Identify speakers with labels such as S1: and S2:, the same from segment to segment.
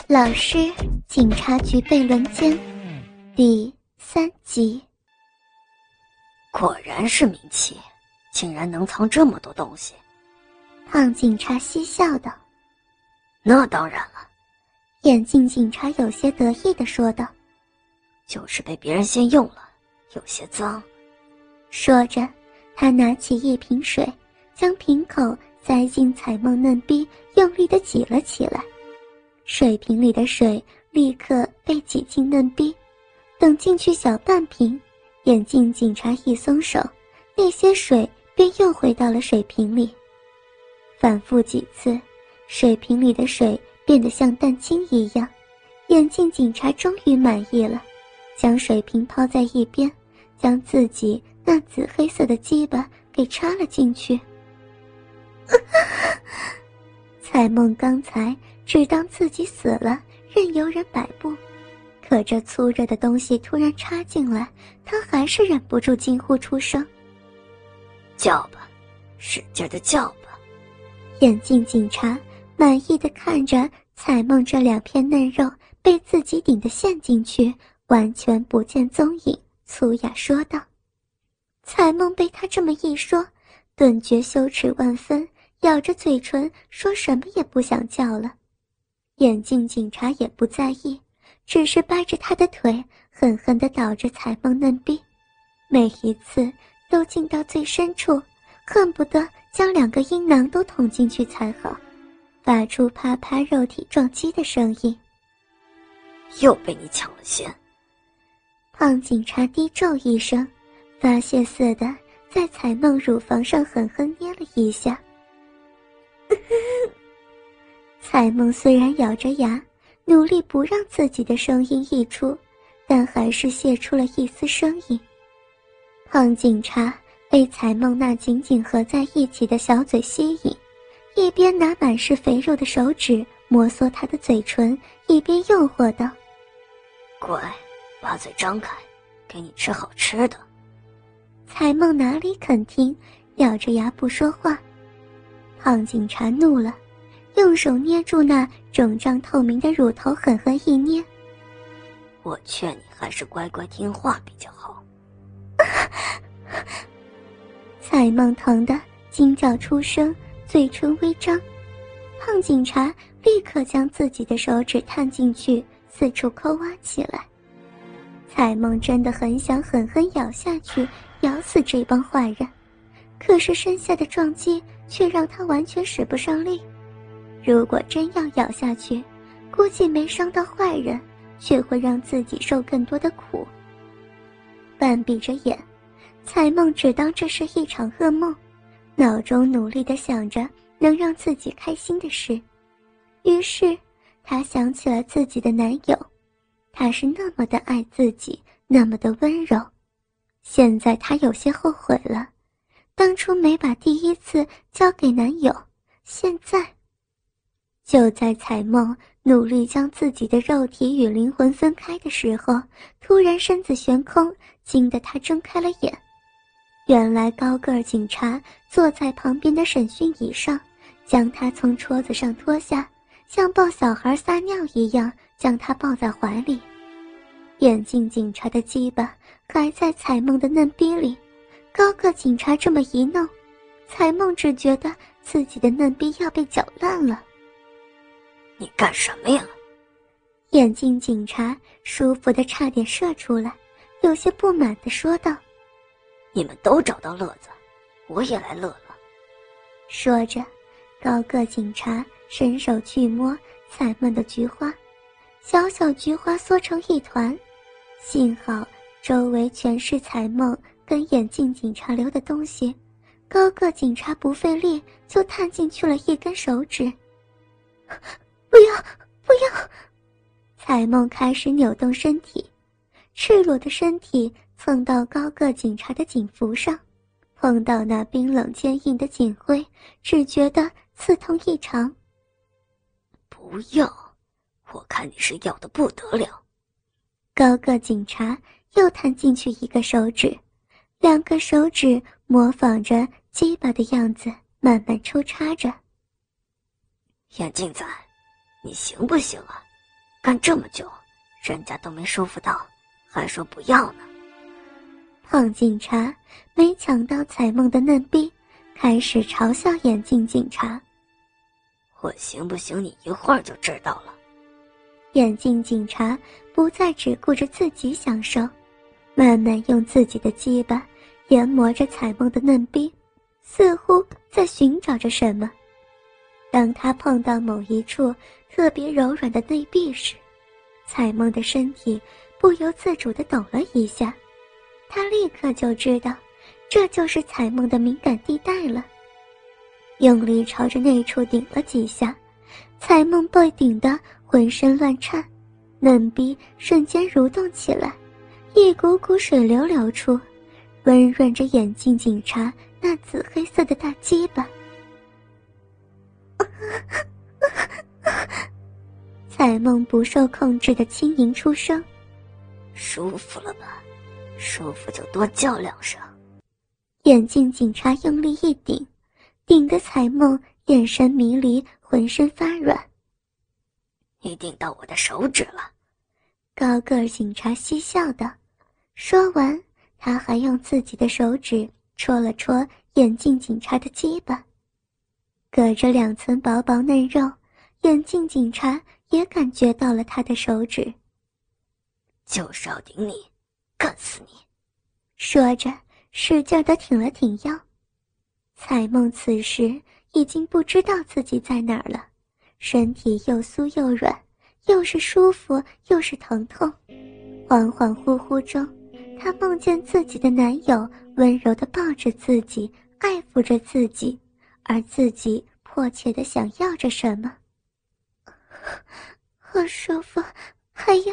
S1: 老师，警察局被轮奸第3集。
S2: 果然是名器，竟然能藏这么多东西。
S1: 胖警察嬉笑道。
S2: 那当然了，
S1: 眼镜警察有些得意地说道。
S2: 就是被别人先用了，有些脏。
S1: 说着，他拿起一瓶水，将瓶口塞进彩梦嫩逼，用力地挤了起来。水瓶里的水立刻被挤进嫩逼，等进去小半瓶，眼镜警察一松手，那些水便又回到了水瓶里。反复几次，水瓶里的水变得像蛋清一样，眼镜警察终于满意了，将水瓶抛在一边，将自己那紫黑色的鸡巴给插了进去。彩梦刚才只当自己死了，任由人摆布，可这粗热的东西突然插进来，他还是忍不住惊呼出声。
S2: 叫吧，使劲地叫吧。
S1: 眼镜警察满意地看着彩梦这2片嫩肉被自己顶得陷进去，完全不见踪影，粗哑说道。彩梦被他这么一说，顿觉羞耻万分，咬着嘴唇说什么也不想叫了。眼镜警察也不在意，只是掰着他的腿狠狠地捣着彩梦嫩逼，每一次都进到最深处，恨不得将2个阴囊都捅进去才好，发出啪啪肉体撞击的声音。
S2: 又被你抢了先。
S1: 胖警察低咒一声，发泄似的在彩梦乳房上狠狠捏了一下。彩梦虽然咬着牙，努力不让自己的声音溢出，但还是泄出了一丝声音。胖警察被彩梦那紧紧合在一起的小嘴吸引，一边拿满是肥肉的手指摩挲她的嘴唇，一边诱惑道：
S2: 乖，把嘴张开，给你吃好吃的。
S1: 彩梦哪里肯听，咬着牙不说话。胖警察怒了，用手捏住那肿胀透明的乳头，狠狠一捏。
S2: 我劝你还是乖乖听话比较好。
S1: 彩梦疼得惊叫出声，嘴唇微张。胖警察立刻将自己的手指探进去，四处抠挖起来。彩梦真的很想狠狠咬下去，咬死这帮坏人，可是身下的撞击却让他完全使不上力。如果真要咬下去，估计没伤到坏人，却会让自己受更多的苦。半闭着眼，彩梦只当这是一场噩梦，脑中努力地想着能让自己开心的事。于是她想起了自己的男友，他是那么的爱自己，那么的温柔。现在她有些后悔了，当初没把第一次交给男友。现在就在彩梦努力将自己的肉体与灵魂分开的时候，突然身子悬空，惊得她睁开了眼。原来高个儿警察坐在旁边的审讯椅上，将她从桌子上拖下，像抱小孩撒尿一样将她抱在怀里。眼镜警察的鸡巴还在彩梦的嫩逼里，高个警察这么一弄，彩梦只觉得自己的嫩逼要被搅烂了。
S2: 你干什么呀？
S1: 眼镜警察舒服的差点射出来，有些不满地说道：
S2: 你们都找到乐子，我也来乐了。
S1: 说着，高个警察伸手去摸彩梦的菊花，小小菊花缩成一团，幸好周围全是彩梦跟眼镜警察留的东西，高个警察不费力就探进去了一根手指。不要，不要！彩梦开始扭动身体，赤裸的身体蹭到高个警察的警服上，碰到那冰冷坚硬的警徽，只觉得刺痛异常。
S2: 不要，我看你是要的不得了。
S1: 高个警察又探进去一个手指，2个手指模仿着鸡巴的样子慢慢抽插着。
S2: 眼镜仔，你行不行啊？ 干这么久，人家都没舒服到，还说不要呢。
S1: 胖警察没抢到彩梦的嫩逼，开始嘲笑眼镜警察。
S2: 我行不行你一会儿就知道了。
S1: 眼镜警察不再只顾着自己享受，慢慢用自己的鸡巴研磨着彩梦的嫩逼，似乎在寻找着什么。当他碰到某一处特别柔软的内壁时，彩梦的身体不由自主地抖了一下，他立刻就知道这就是彩梦的敏感地带了。用力朝着那处顶了几下，彩梦被顶得浑身乱颤，嫩逼瞬间蠕动起来，一股股水流流出，温润着眼镜警察那紫黑色的大鸡巴。彩梦不受控制的轻吟出声。
S2: 舒服了吧？舒服就多叫2声。
S1: 眼镜警察用力一顶，顶得彩梦眼神迷离，浑身发软。
S2: 你顶到我的手指了。
S1: 高个儿警察嬉笑道，说完他还用自己的手指戳了戳眼镜警察的鸡巴。隔着2层薄薄嫩肉，眼镜警察也感觉到了他的手指。
S2: 就是要顶你，干死你。
S1: 说着使劲地挺了挺腰。彩梦此时已经不知道自己在哪儿了，身体又酥又软，又是舒服又是疼痛。恍恍惚惚中，她梦见自己的男友温柔地抱着自己，爱抚着自己，而自己迫切地想要着什么。好舒服，还要。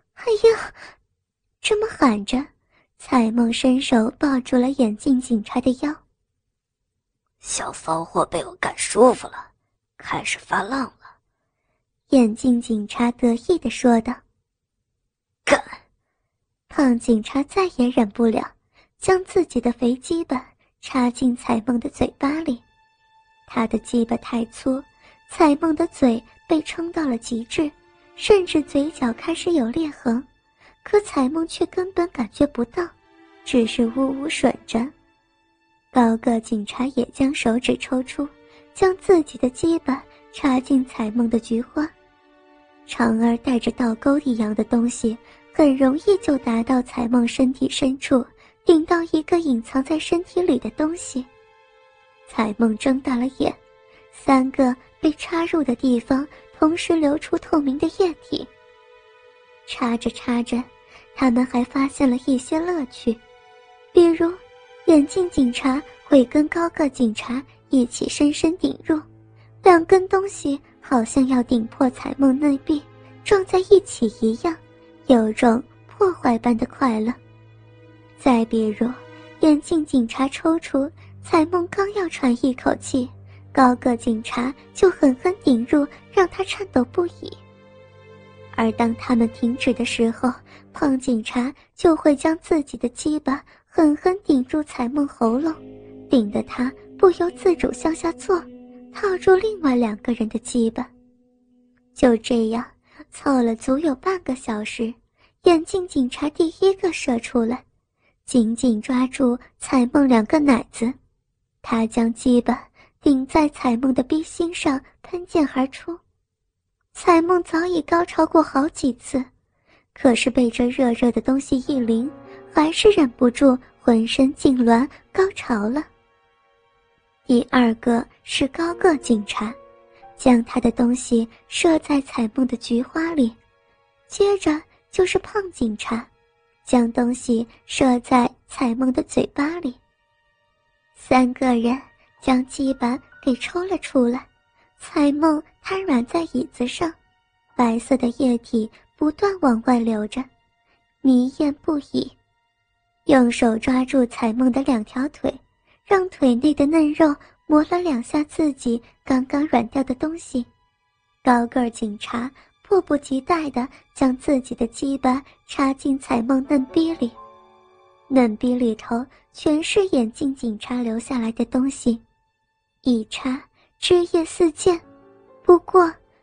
S1: 这么喊着，彩梦伸手抱住了眼镜警察的腰。
S2: 小骚货被我干舒服了，开始发浪了。
S1: 眼镜警察得意地说道。
S2: 干！
S1: 胖警察再也忍不了，将自己的肥鸡巴插进彩梦的嘴巴里。他的鸡巴太粗，彩梦的嘴被撑到了极致，甚至嘴角开始有裂痕，可彩梦却根本感觉不到，只是呜呜吮着。高个警察也将手指抽出，将自己的鸡巴插进彩梦的菊花。长而带着倒钩一样的东西很容易就达到彩梦身体深处，顶到一个隐藏在身体里的东西。彩梦睁大了眼，3个被插入的地方同时流出透明的液体。插着插着，他们还发现了一些乐趣，比如眼镜警察会跟高个警察一起深深顶入，2根东西好像要顶破彩梦内壁，撞在一起一样，有种破坏般的快乐。再比如眼镜警察抽出，彩梦刚要喘一口气，高个警察就狠狠顶入，让他颤抖不已。而当他们停止的时候，胖警察就会将自己的鸡巴狠狠顶住彩梦喉咙，顶得他不由自主向下坐，套住另外2个人的鸡巴。就这样凑了足有半个小时，眼镜警察第1个射出来，紧紧抓住彩梦2个奶子，他将鸡巴顶在彩梦的逼心上，喷溅而出。彩梦早已高潮过好几次，可是被这热热的东西一淋，还是忍不住浑身痉挛高潮了。第2个是高个警察，将他的东西射在彩梦的菊花里，接着就是胖警察，将东西射在彩梦的嘴巴里。3个人将鸡巴给抽了出来，彩梦瘫软在椅子上，白色的液体不断往外流着，迷艳不已。用手抓住彩梦的2条腿，让腿内的嫩肉磨了2下自己刚刚软掉的东西。高个儿警察迫不及待地将自己的鸡巴插进彩梦嫩逼里，嫩逼里头全是眼镜警察留下来的东西，一插汁液四溅。不过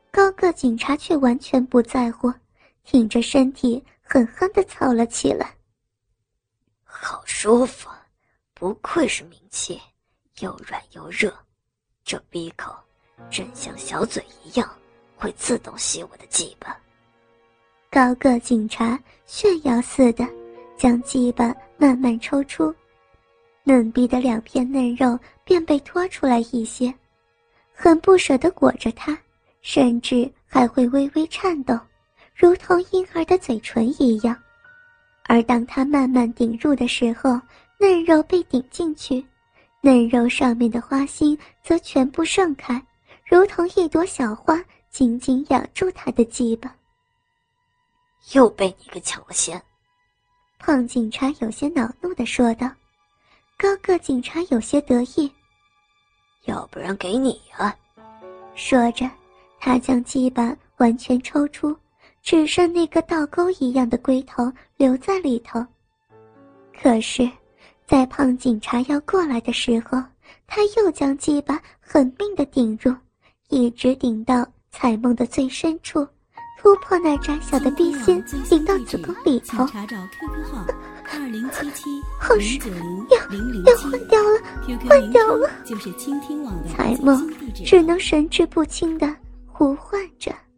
S1: 高个警察却完全不在乎，挺着身体狠狠地操了起来。
S2: 好舒服，不愧是名器，又软又热，这鼻口真像小嘴一样，会自动吸我的鸡巴。
S1: 高个警察炫耀似的将鸡巴慢慢抽出，嫩逼的2片嫩肉便被拖出来一些，很不舍地裹着它，甚至还会微微颤抖，如同婴儿的嘴唇一样。而当它慢慢顶入的时候，嫩肉被顶进去，嫩肉上面的花心则全部盛开，如同一朵小花紧紧咬住他的鸡巴。
S2: 又被你给抢了先，
S1: 胖警察有些恼怒地说道。高个警察有些得意，
S2: 要不然给你呀。
S1: 说着，他将鸡巴完全抽出，只剩那个倒钩一样的龟头留在里头。可是在胖警察要过来的时候，他又将鸡巴狠命地顶入，一直顶到彩梦的最深处，突破那窄小的逼心，顶到子宫里头。
S3: 查找 QQ 号2077
S1: 好是
S3: 007
S1: 要换掉了，换掉了。
S3: 就是倾听网的
S1: 彩梦只能神志不清地呼唤着。